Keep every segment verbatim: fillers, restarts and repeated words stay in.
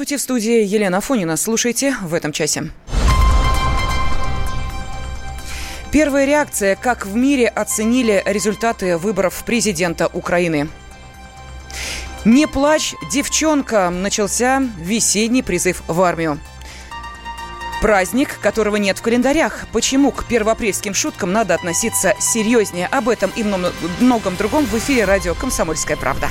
Здравствуйте, в студии Елена Афонина. Слушайте в этом часе. Первая реакция. Как в мире оценили результаты выборов президента Украины. Не плачь, девчонка. Начался весенний призыв в армию. Праздник, которого нет в календарях. Почему к первоапрельским шуткам надо относиться серьезнее? Об этом и многом другом в эфире радио «Комсомольская правда».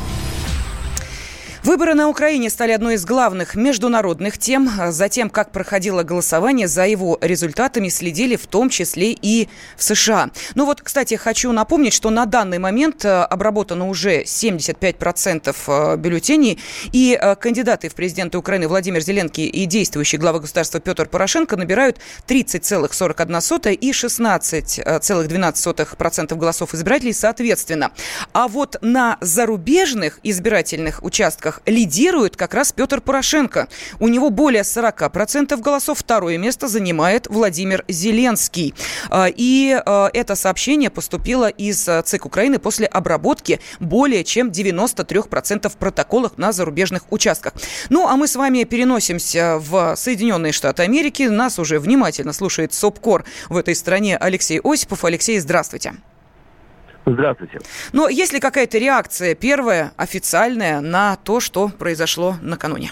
Выборы на Украине стали одной из главных международных тем. За тем, как проходило голосование, за его результатами следили в том числе и в США. Ну вот, кстати, хочу напомнить, что на данный момент обработано уже семьдесят пять процентов бюллетеней. И кандидаты в президенты Украины Владимир Зеленский и действующий глава государства Петр Порошенко набирают тридцать целых сорок одна сотая и шестнадцать целых двенадцать сотых процентов голосов избирателей соответственно. А вот на зарубежных избирательных участках лидирует как раз Петр Порошенко. У него более сорок процентов голосов. Второе место занимает Владимир Зеленский. И это сообщение поступило из ЦИК Украины после обработки более чем девяносто три процента протоколов на зарубежных участках. Ну, а мы с вами переносимся в Соединенные Штаты Америки. Нас уже внимательно слушает СОБКОР в этой стране Алексей Осипов. Алексей, здравствуйте. Здравствуйте. Но есть ли какая-то реакция, первая, официальная, на то, что произошло накануне?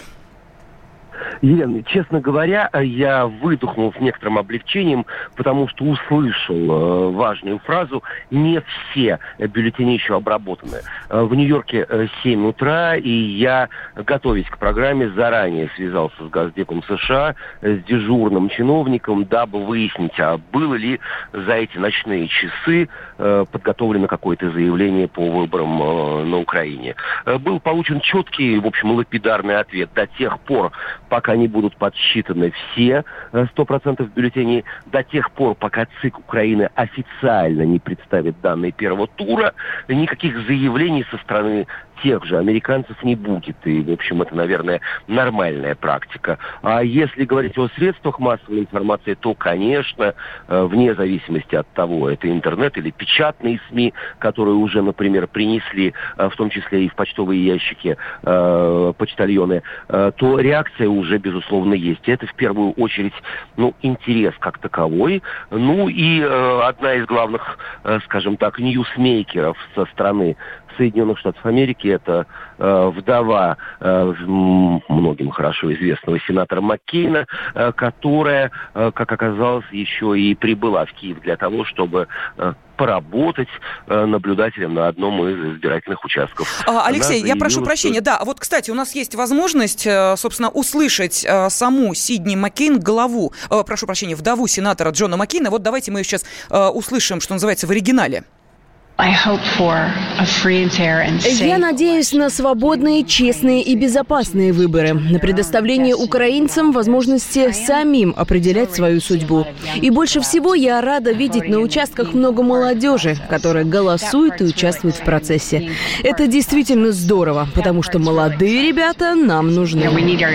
Елена, честно говоря, я выдохнул с некоторым облегчением, потому что услышал э, важную фразу: не все бюллетени еще обработаны. Э, в Нью-Йорке э, семь утра, и я, готовясь к программе, заранее связался с Госдепом США, э, с дежурным чиновником, дабы выяснить, а было ли за эти ночные часы э, подготовлено какое-то заявление по выборам э, на Украине. Э, был получен четкий, в общем, лапидарный ответ: до тех пор, пока не будут подсчитаны все сто процентов бюллетеней, до тех пор, пока ЦИК Украины официально не представит данные первого тура, никаких заявлений со стороны тех же американцев не будет. И, в общем, это, наверное, нормальная практика. А если говорить о средствах массовой информации, то, конечно, вне зависимости от того, это интернет или печатные СМИ, которые уже, например, принесли, в том числе и в почтовые ящики э, почтальоны, э, то реакция уже, безусловно, есть. И это, в первую очередь, ну, интерес как таковой. Ну и э, одна из главных, э, скажем так, ньюсмейкеров со стороны Соединенных Штатов Америки, это э, вдова э, многим хорошо известного сенатора Маккейна, э, которая, э, как оказалось, еще и прибыла в Киев для того, чтобы э, поработать э, наблюдателем на одном из избирательных участков. А, Алексей, заявила, я прошу прощения. Что... Да, вот, кстати, у нас есть возможность, э, собственно, услышать э, саму Сидни Маккейн, главу, э, прошу прощения, вдову сенатора Джона Маккейна. Вот давайте мы ее сейчас э, услышим, что называется, в оригинале. Я надеюсь на свободные, честные и безопасные выборы, на предоставление украинцам возможности самим определять свою судьбу. И больше всего я рада видеть на участках много молодежи, которая голосует и участвует в процессе. Это действительно здорово, потому что молодые ребята нам нужны.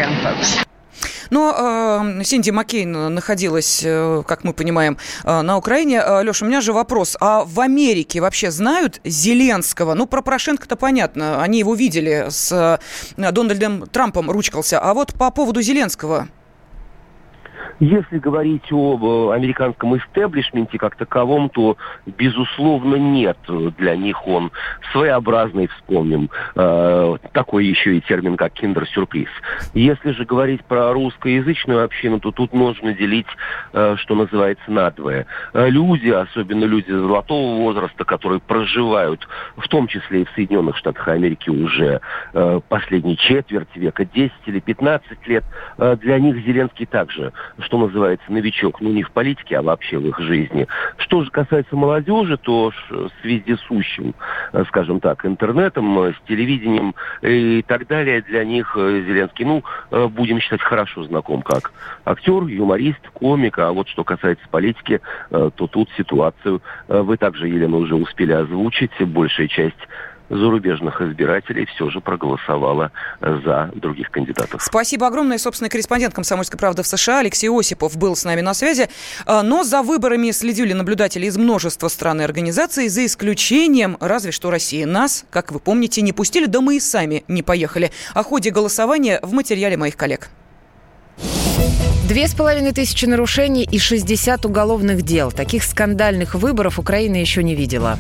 Но э, Синди Маккейн находилась, э, как мы понимаем, э, на Украине. Э, Леша, у меня же вопрос. А в Америке вообще знают Зеленского? Ну, про Порошенко-то понятно. Они его видели, с э, Дональдом Трампом ручкался. А вот по поводу Зеленского... Если говорить об американском истеблишменте как таковом, то, безусловно, нет. Для них он своеобразный, вспомним. Э, такой еще и термин, как киндер-сюрприз. Если же говорить про русскоязычную общину, то тут нужно делить, э, что называется, надвое. Э, люди, особенно люди золотого возраста, которые проживают, в том числе и в Соединенных Штатах Америки уже э, последние четверть века, десять или пятнадцать лет, э, для них Зеленский также, что называется, новичок, ну не в политике, а вообще в их жизни. Что же касается молодежи, то с вездесущим, скажем так, интернетом, с телевидением и так далее, для них Зеленский, ну, будем считать, хорошо знаком как актер, юморист, комик. А вот что касается политики, то тут ситуацию вы также, Елена, уже успели озвучить. Большая часть зарубежных избирателей все же проголосовало за других кандидатов. Спасибо огромное. Собственный корреспондент «Комсомольской правды» в США Алексей Осипов был с нами на связи. Но за выборами следили наблюдатели из множества стран и организаций, за исключением разве что России. Нас, как вы помните, не пустили, да мы и сами не поехали. О ходе голосования в материале моих коллег. Две с половиной тысячи нарушений и шестьдесят уголовных дел. Таких скандальных выборов Украина еще не видела.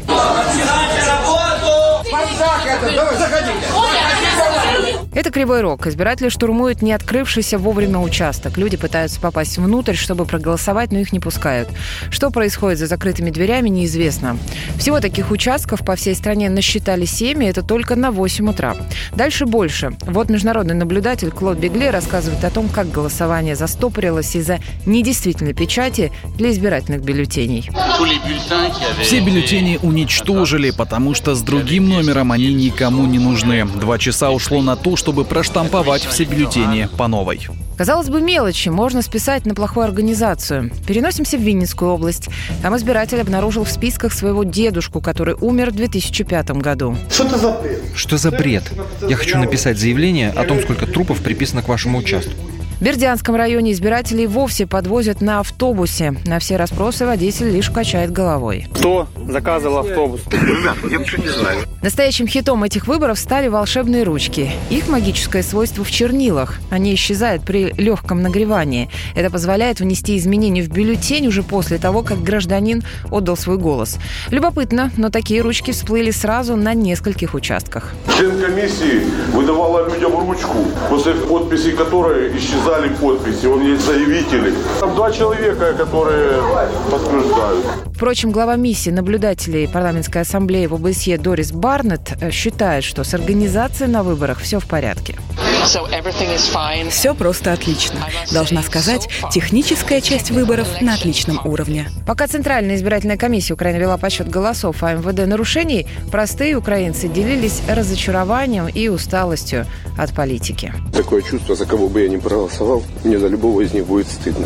Это Кривой Рог. Избиратели штурмуют не открывшийся вовремя участок. Люди пытаются попасть внутрь, чтобы проголосовать, но их не пускают. Что происходит за закрытыми дверями, неизвестно. Всего таких участков по всей стране насчитали семь, и это только на восемь утра. Дальше больше. Вот международный наблюдатель Клод Бегле рассказывает о том, как голосование застопорилось из-за недействительной печати для избирательных бюллетеней. Все бюллетени уничтожили, потому что с другим номером они никому не нужны. Два часа ушло на то, чтобы проштамповать все бюллетени по новой. Казалось бы, мелочи можно списать на плохую организацию. Переносимся в Винницкую область. Там избиратель обнаружил в списках своего дедушку, который умер в две тысячи пятом году. Что это за бред? Что за бред? Я хочу написать заявление о том, сколько трупов приписано к вашему участку. В Бердянском районе избирателей вовсе подвозят на автобусе. На все расспросы водитель лишь качает головой. Кто заказывал автобус? Ребята, я ничего не знаю. Настоящим хитом этих выборов стали волшебные ручки. Их магическое свойство в чернилах. Они исчезают при легком нагревании. Это позволяет внести изменения в бюллетень уже после того, как гражданин отдал свой голос. Любопытно, но такие ручки всплыли сразу на нескольких участках. Член комиссии выдавала людям ручку, после подписи которой исчезали подписи. Он есть заявители. Там два человека, которые подтверждают. Впрочем, глава миссии наблюдателей парламентской ассамблеи в ОБСЕ Дорис Барнетт считает, что с организацией на выборах все в порядке. Все просто отлично. Должна сказать, техническая часть выборов на отличном уровне. Пока Центральная избирательная комиссия Украины вела подсчет голосов, а МВД нарушений, простые украинцы делились разочарованием и усталостью от политики. Такое чувство, за кого бы я ни проголосовал, мне за любого из них будет стыдно.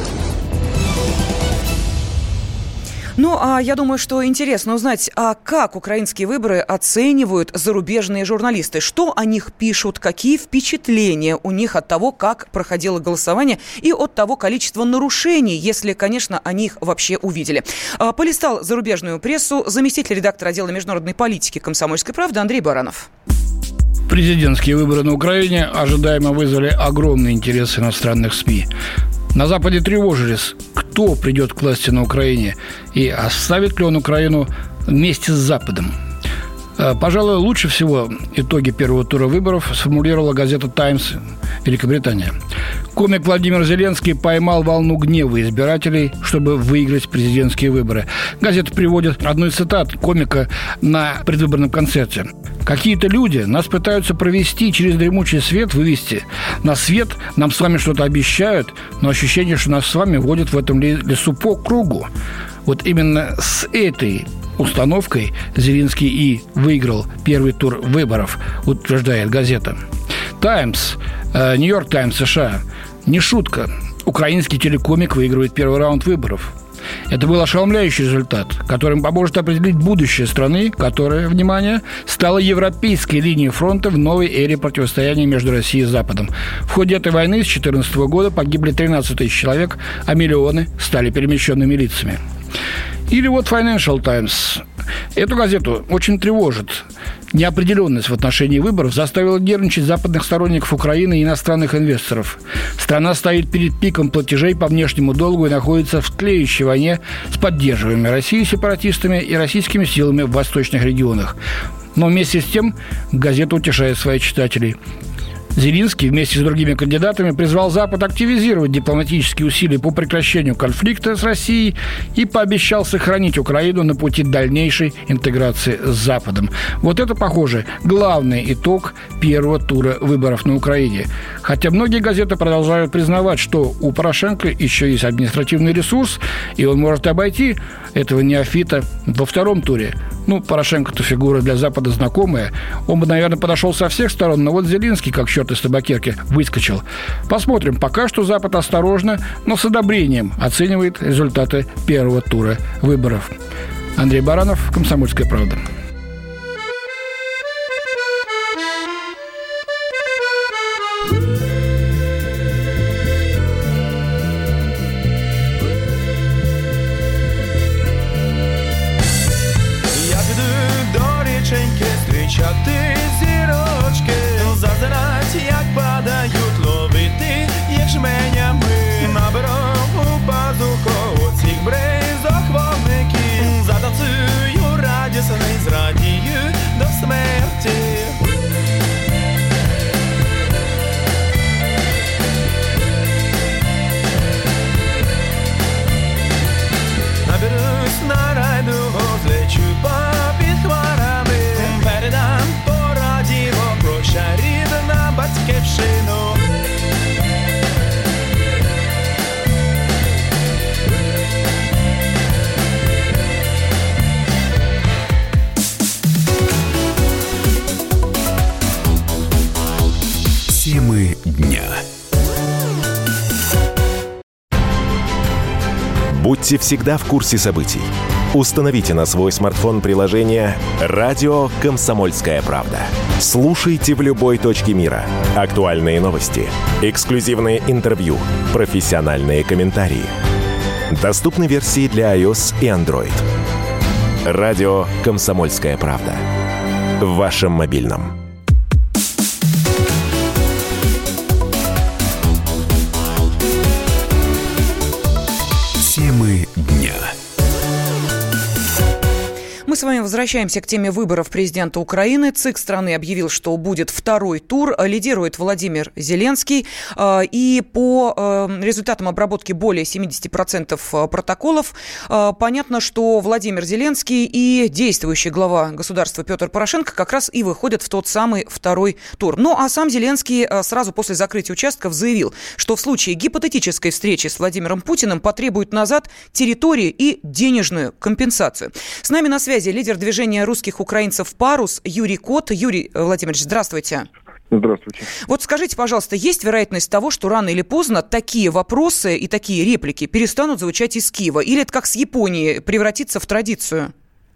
Ну, а я думаю, что интересно узнать, а как украинские выборы оценивают зарубежные журналисты? Что о них пишут? Какие впечатления у них от того, как проходило голосование и от того количества нарушений, если, конечно, они их вообще увидели? Полистал зарубежную прессу заместитель редактора отдела международной политики «Комсомольской правды» Андрей Баранов. Президентские выборы на Украине ожидаемо вызвали огромный интерес иностранных СМИ. На Западе тревожились, кто придет к власти на Украине и оставит ли он Украину вместе с Западом. Пожалуй, лучше всего итоги первого тура выборов сформулировала газета «Таймс» Великобритания. Комик Владимир Зеленский поймал волну гнева избирателей, чтобы выиграть президентские выборы. Газета приводит одну из цитат комика на предвыборном концерте. «Какие-то люди нас пытаются провести через дремучий свет, вывести. На свет нам с вами что-то обещают, но ощущение, что нас с вами водят в этом лесу по кругу». Вот именно с этой установкой Зеленский и выиграл первый тур выборов, утверждает газета. «Таймс», Нью-Йорк Таймс США. Не шутка. Украинский телекомик выигрывает первый раунд выборов. Это был ошеломляющий результат, которым поможет определить будущее страны, которая, внимание, стала европейской линией фронта в новой эре противостояния между Россией и Западом. В ходе этой войны с две тысячи четырнадцатого года погибли тринадцать тысяч человек, а миллионы стали перемещенными лицами. Или вот Financial Times. Эту газету очень тревожит. Неопределенность в отношении выборов заставила нервничать западных сторонников Украины и иностранных инвесторов. Страна стоит перед пиком платежей по внешнему долгу и находится в тлеющей войне с поддерживаемыми Россией сепаратистами и российскими силами в восточных регионах. Но вместе с тем газета утешает своих читателей. Зеленский вместе с другими кандидатами призвал Запад активизировать дипломатические усилия по прекращению конфликта с Россией и пообещал сохранить Украину на пути дальнейшей интеграции с Западом. Вот это, похоже, главный итог первого тура выборов на Украине. Хотя многие газеты продолжают признавать, что у Порошенко еще есть административный ресурс, и он может обойти этого неофита во втором туре. Ну, Порошенко-то фигура для Запада знакомая. Он бы, наверное, подошел со всех сторон, но вот Зеленский, как черт из табакерки, выскочил. Посмотрим. Пока что Запад осторожно, но с одобрением оценивает результаты первого тура выборов. Андрей Баранов, «Комсомольская правда». Будьте всегда в курсе событий. Установите на свой смартфон приложение «Радио Комсомольская правда». Слушайте в любой точке мира. Актуальные новости, эксклюзивные интервью, профессиональные комментарии. Доступны версии для iOS и Android. «Радио Комсомольская правда». В вашем мобильном. Темы дня. Мы с вами возвращаемся к теме выборов президента Украины. ЦИК страны объявил, что будет второй тур. Лидирует Владимир Зеленский. И по результатам обработки более семьдесят процентов протоколов понятно, что Владимир Зеленский и действующий глава государства Петр Порошенко как раз и выходят в тот самый второй тур. Ну а сам Зеленский сразу после закрытия участков заявил, что в случае гипотетической встречи с Владимиром Путиным потребует назад территории и денежную компенсацию. С нами на связи лидер движения русских украинцев «Парус» Юрий Кот. Юрий Владимирович, здравствуйте. Здравствуйте. Вот скажите, пожалуйста, есть вероятность того, что рано или поздно такие вопросы и такие реплики перестанут звучать из Киева? Или это как с Японией превратится в традицию?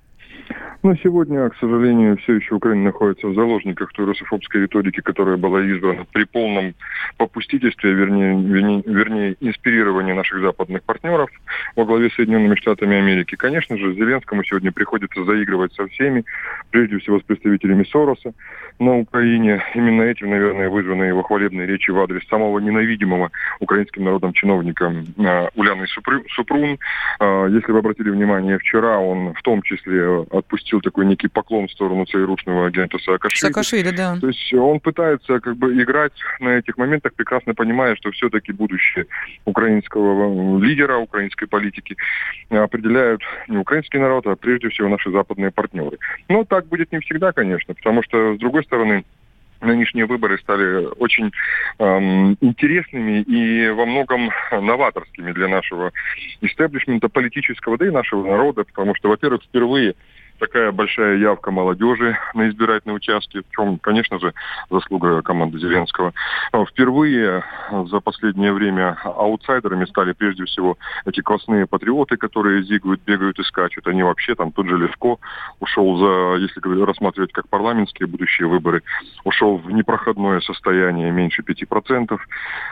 Но сегодня, к сожалению, все еще Украина находится в заложниках той русофобской риторики, которая была избрана при полном попустительстве, вернее, вернее, вернее инспирировании наших западных партнеров во главе с Соединенными Штатами Америки. Конечно же, Зеленскому сегодня приходится заигрывать со всеми, прежде всего с представителями Сороса на Украине. Именно этим, наверное, вызваны его хвалебные речи в адрес самого ненавидимого украинским народом чиновника Уляны Супрун. Если вы обратили внимание, вчера он в том числе отпустил такой некий поклон в сторону ЦРУшного агента Саакашвили. Саакашвили, да. То есть он пытается как бы играть на этих моментах, прекрасно понимая, что все-таки будущее украинского лидера, украинской политики определяют не украинский народ, а прежде всего наши западные партнеры. Но так будет не всегда, конечно, потому что, с другой стороны, нынешние выборы стали очень эм, интересными и во многом новаторскими для нашего истеблишмента политического, да и нашего народа, потому что, во-первых, впервые такая большая явка молодежи на избирательные участки, в чем, конечно же, заслуга команды Зеленского. Впервые за последнее время аутсайдерами стали прежде всего эти квасные патриоты, которые зигают, бегают и скачут. Они вообще, там, тот же Лешко ушел за, если рассматривать как парламентские будущие выборы, ушел в непроходное состояние, меньше пяти процентов.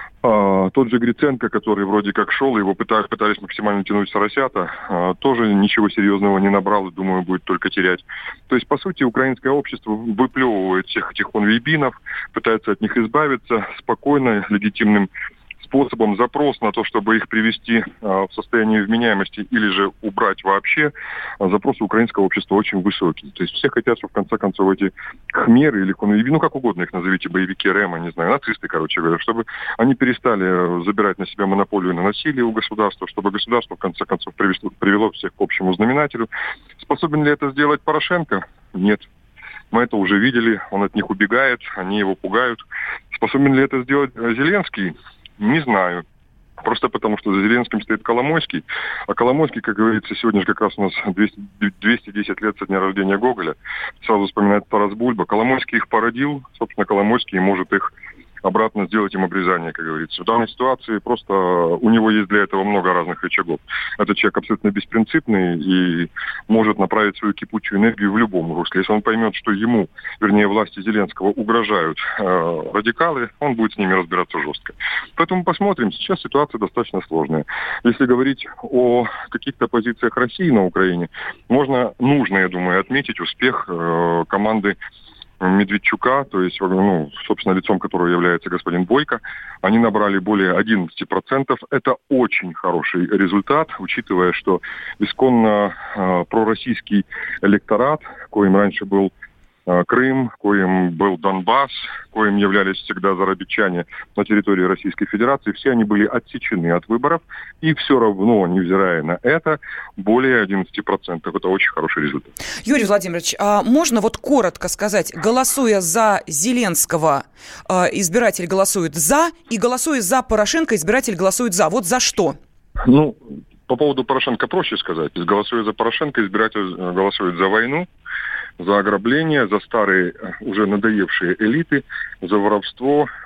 А, тот же Гриценко, который вроде как шел, его пытались, пытались максимально тянуть Соросята, а, тоже ничего серьезного не набрал и, думаю, будет только терять. То есть, по сути, украинское общество выплевывает всех этих хунвейбинов, пытается от них избавиться спокойно, легитимным способом. Запрос на то, чтобы их привести а, в состояние вменяемости или же убрать вообще, а, запрос украинского общества очень высокий. То есть все хотят, чтобы в конце концов эти хмеры или хунвейбины, ну как угодно их назовите, боевики Рема, не знаю, нацисты, короче говоря, чтобы они перестали забирать на себя монополию на насилие у государства, чтобы государство в конце концов привело, привело всех к общему знаменателю. Способен ли это сделать Порошенко? Нет. Мы это уже видели, он от них убегает, они его пугают. Способен ли это сделать Зеленский? Не знаю. Просто потому, что за Зеленским стоит Коломойский. А Коломойский, как говорится, сегодня же как раз у нас двести, двести десять лет со дня рождения Гоголя. Сразу вспоминает Тарас Бульба. Коломойский их породил. Собственно, Коломойский может их обратно сделать им обрезание, как говорится. В данной ситуации просто у него есть для этого много разных рычагов. Этот человек абсолютно беспринципный и может направить свою кипучую энергию в любом русле. Если он поймет, что ему, вернее, власти Зеленского угрожают э, радикалы, он будет с ними разбираться жестко. Поэтому посмотрим. Сейчас ситуация достаточно сложная. Если говорить о каких-то позициях России на Украине, можно, нужно, я думаю, отметить успех э, команды Медведчука, то есть, ну, собственно, лицом которого является господин Бойко, они набрали более одиннадцать процентов. Это очень хороший результат, учитывая, что исконно э, пророссийский электорат, коим раньше был э, Крым, коим был Донбасс, коим являлись всегда зарабичане на территории Российской Федерации, все они были отсечены от выборов, и все равно, невзирая на это, более одиннадцать процентов. Это очень хороший результат. Юрий Владимирович, а можно вот коротко сказать, голосуя за Зеленского, избиратель голосует за, и голосуя за Порошенко, избиратель голосует за. Вот за что? Ну, по поводу Порошенко проще сказать. Голосуя за Порошенко, избиратель голосует за войну, за ограбление, за старые, уже надоевшие элиты, за воровство,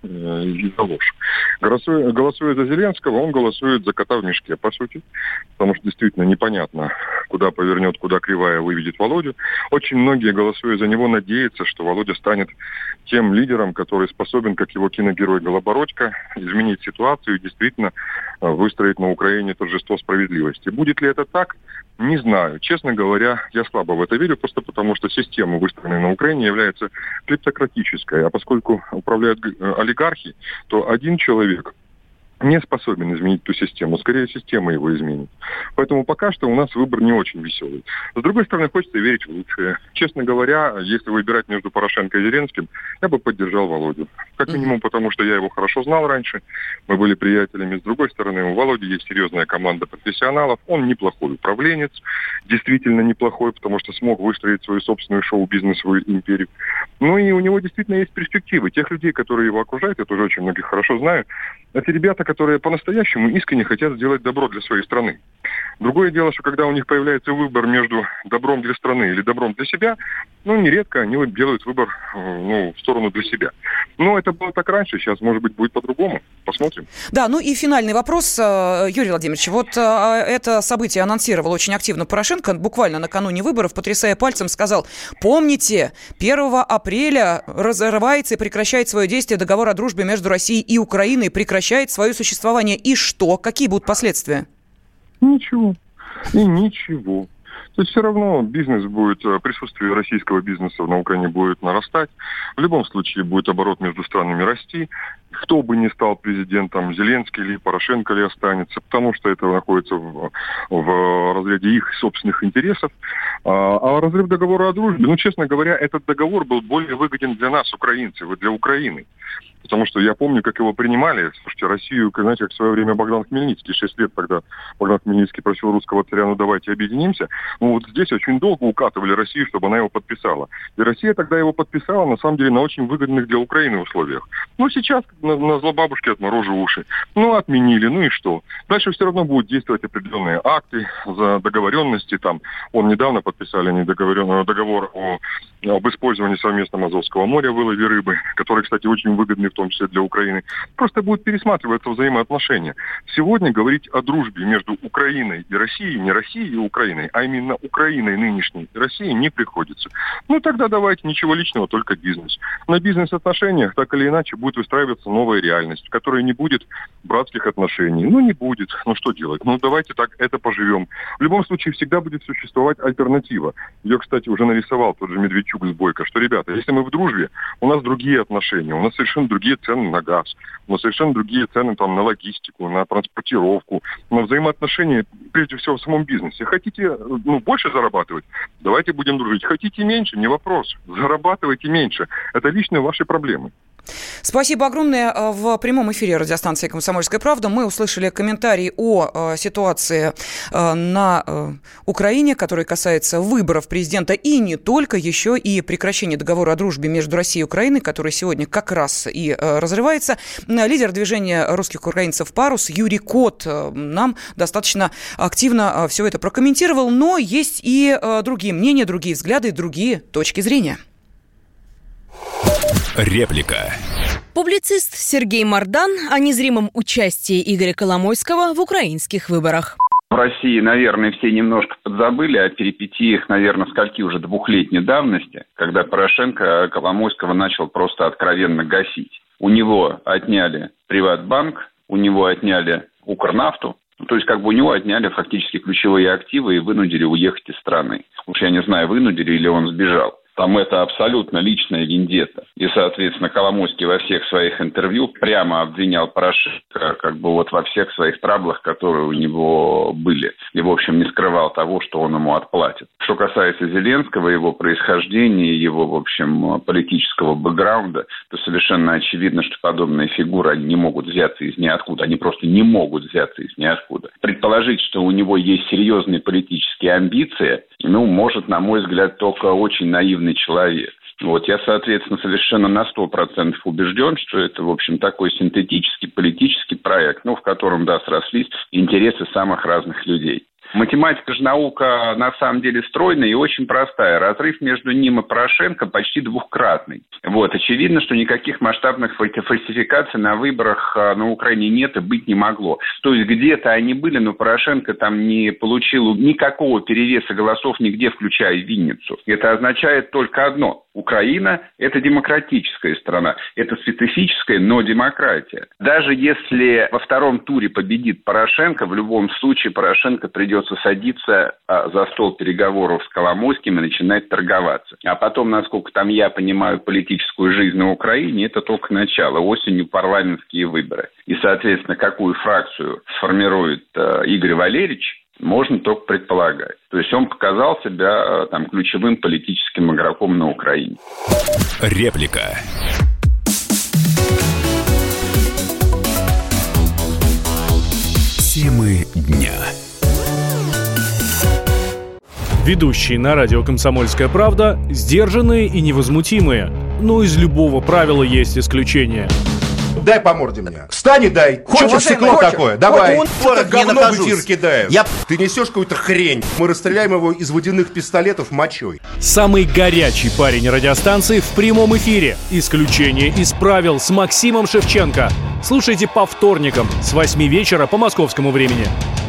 э, и за ложь. Голосуя, голосуя за Зеленского, он голосует за кота в мешке, по сути. Потому что действительно непонятно, куда повернет, куда кривая выведет Володю. Очень многие, голосуя за него, надеются, что Володя станет тем лидером, который способен, как его киногерой Голобородько, изменить ситуацию и действительно выстроить на Украине торжество справедливости. Будет ли это так? Не знаю. Честно говоря, я слабо в это верю, просто потому что система, выстроенная на Украине, является клептократической. А поскольку управляют олигархи, то один человек не способен изменить ту систему. Скорее, система его изменит. Поэтому пока что у нас выбор не очень веселый. С другой стороны, хочется верить в лучшее. Честно говоря, если выбирать между Порошенко и Зеленским, я бы поддержал Володю. Как минимум, потому что я его хорошо знал раньше. Мы были приятелями. С другой стороны, у Володи есть серьезная команда профессионалов. Он неплохой управленец. Действительно неплохой, потому что смог выстроить свою собственную шоу-бизнесовую империю. Ну и у него действительно есть перспективы. Тех людей, которые его окружают, я тоже очень многих хорошо знаю. Это ребята, которые по-настоящему искренне хотят сделать добро для своей страны. Другое дело, что когда у них появляется выбор между добром для страны или добром для себя, ну, нередко они делают выбор ну, в сторону для себя. Но это было так раньше, сейчас, может быть, будет по-другому. Посмотрим. Да, ну и финальный вопрос, Юрий Владимирович. Вот это событие анонсировал очень активно Порошенко, буквально накануне выборов, потрясая пальцем, сказал: помните, первого апреля разрывается и прекращает свое действие договор о дружбе между Россией и Украиной, прекращает свое существование. И что? Какие будут последствия? Ничего. И ничего. То есть все равно бизнес будет, присутствие российского бизнеса на Украине будет нарастать. В любом случае будет оборот между странами расти. Кто бы ни стал президентом, Зеленский или Порошенко ли останется, потому что это находится в, в разряде их собственных интересов. А, а разрыв договора о дружбе, ну, честно говоря, этот договор был более выгоден для нас, украинцев, и для Украины. Потому что я помню, как его принимали. Слушайте, Россию, знаете, как в свое время Богдан Хмельницкий, шесть лет тогда Богдан Хмельницкий просил русского царя: ну давайте объединимся. Ну вот здесь очень долго укатывали Россию, чтобы она его подписала. И Россия тогда его подписала, на самом деле, на очень выгодных для Украины условиях. Ну сейчас на, на зло бабушки отморожу уши. Ну отменили, ну и что? Дальше все равно будут действовать определенные акты за договоренности. Там, он недавно подписали недоговоренный договор о, об использовании совместного Азовского моря, вылове рыбы, который, кстати, очень выгодный в том числе для Украины. Просто будут пересматриваться взаимоотношения. Сегодня говорить о дружбе между Украиной и Россией, не Россией и Украиной, а именно Украиной нынешней и Россией не приходится. Ну тогда давайте, ничего личного, только бизнес. На бизнес-отношениях так или иначе будет выстраиваться новая реальность, в которой не будет братских отношений. Ну не будет. Ну что делать? Ну давайте так это поживем. В любом случае всегда будет существовать альтернатива. Ее, кстати, уже нарисовал тот же Медведчук с Бойко, что, ребята, если мы в дружбе, у нас другие отношения, у нас совершенно другие цены на газ, но совершенно другие цены там, на логистику, на транспортировку, на взаимоотношения, прежде всего, в самом бизнесе. Хотите ну, больше зарабатывать? Давайте будем дружить. Хотите меньше? Не вопрос. Зарабатывайте меньше. Это лично ваши проблемы. Спасибо огромное. В прямом эфире радиостанции «Комсомольская правда» мы услышали комментарий о ситуации на Украине, который касается выборов президента и не только, еще и прекращения договора о дружбе между Россией и Украиной, который сегодня как раз и разрывается. Лидер движения русских украинцев «Парус» Юрий Кот нам достаточно активно все это прокомментировал, но есть и другие мнения, другие взгляды, другие точки зрения. Реплика. Публицист Сергей Мардан о незримом участии Игоря Коломойского в украинских выборах. В России, наверное, все немножко подзабыли о перипетиях, наверное, скольки уже двухлетней давности, когда Порошенко Коломойского начал просто откровенно гасить. У него отняли Приватбанк, у него отняли Укрнафту, то есть как бы у него отняли фактически ключевые активы и вынудили уехать из страны. Уж я не знаю, вынудили или он сбежал. Там это абсолютно личная вендетта. И, соответственно, Коломойский во всех своих интервью прямо обвинял Порошенко как бы вот во всех своих траблах, которые у него были. И, в общем, не скрывал того, что он ему отплатит. Что касается Зеленского, его происхождения, его, в общем, политического бэкграунда, то совершенно очевидно, что подобные фигуры они не могут взяться из ниоткуда. Они просто не могут взяться из ниоткуда. Предположить, что у него есть серьезные политические амбиции, ну, может, на мой взгляд, только очень наивный человек. Вот я, соответственно, совершенно на сто процентов убежден, что это, в общем, такой синтетический политический проект, ну, в котором, да, срослись интересы самых разных людей. Математика же наука на самом деле стройная и очень простая. Разрыв между ним и Порошенко почти двухкратный. Вот. Очевидно, что никаких масштабных фальсификаций на выборах на Украине нет и быть не могло. То есть где-то они были, но Порошенко там не получил никакого перевеса голосов нигде, включая Винницу. Это означает только одно. Украина – это демократическая страна. Это специфическая, но демократия. Даже если во втором туре победит Порошенко, в любом случае Порошенко придется садиться за стол переговоров с Коломойским и начинать торговаться. А потом, насколько там я понимаю политическую жизнь на Украине, это только начало. Осенью парламентские выборы. И, соответственно, какую фракцию сформирует э, Игорь Валерьевич, можно только предполагать. То есть он показал себя там ключевым политическим игроком на Украине. Реплика. Темы дня. Ведущие на радио «Комсомольская правда» сдержанные и невозмутимые. Но из любого правила есть исключение. Дай по морде мне. Встань и дай. Хочешь стекло такое? Давай. Вот говно в эфир кидает. Я... Ты несешь какую-то хрень. Мы расстреляем его из водяных пистолетов мочой. Самый горячий парень радиостанции в прямом эфире. Исключение из правил с Максимом Шевченко. Слушайте по вторникам с восьми вечера по московскому времени.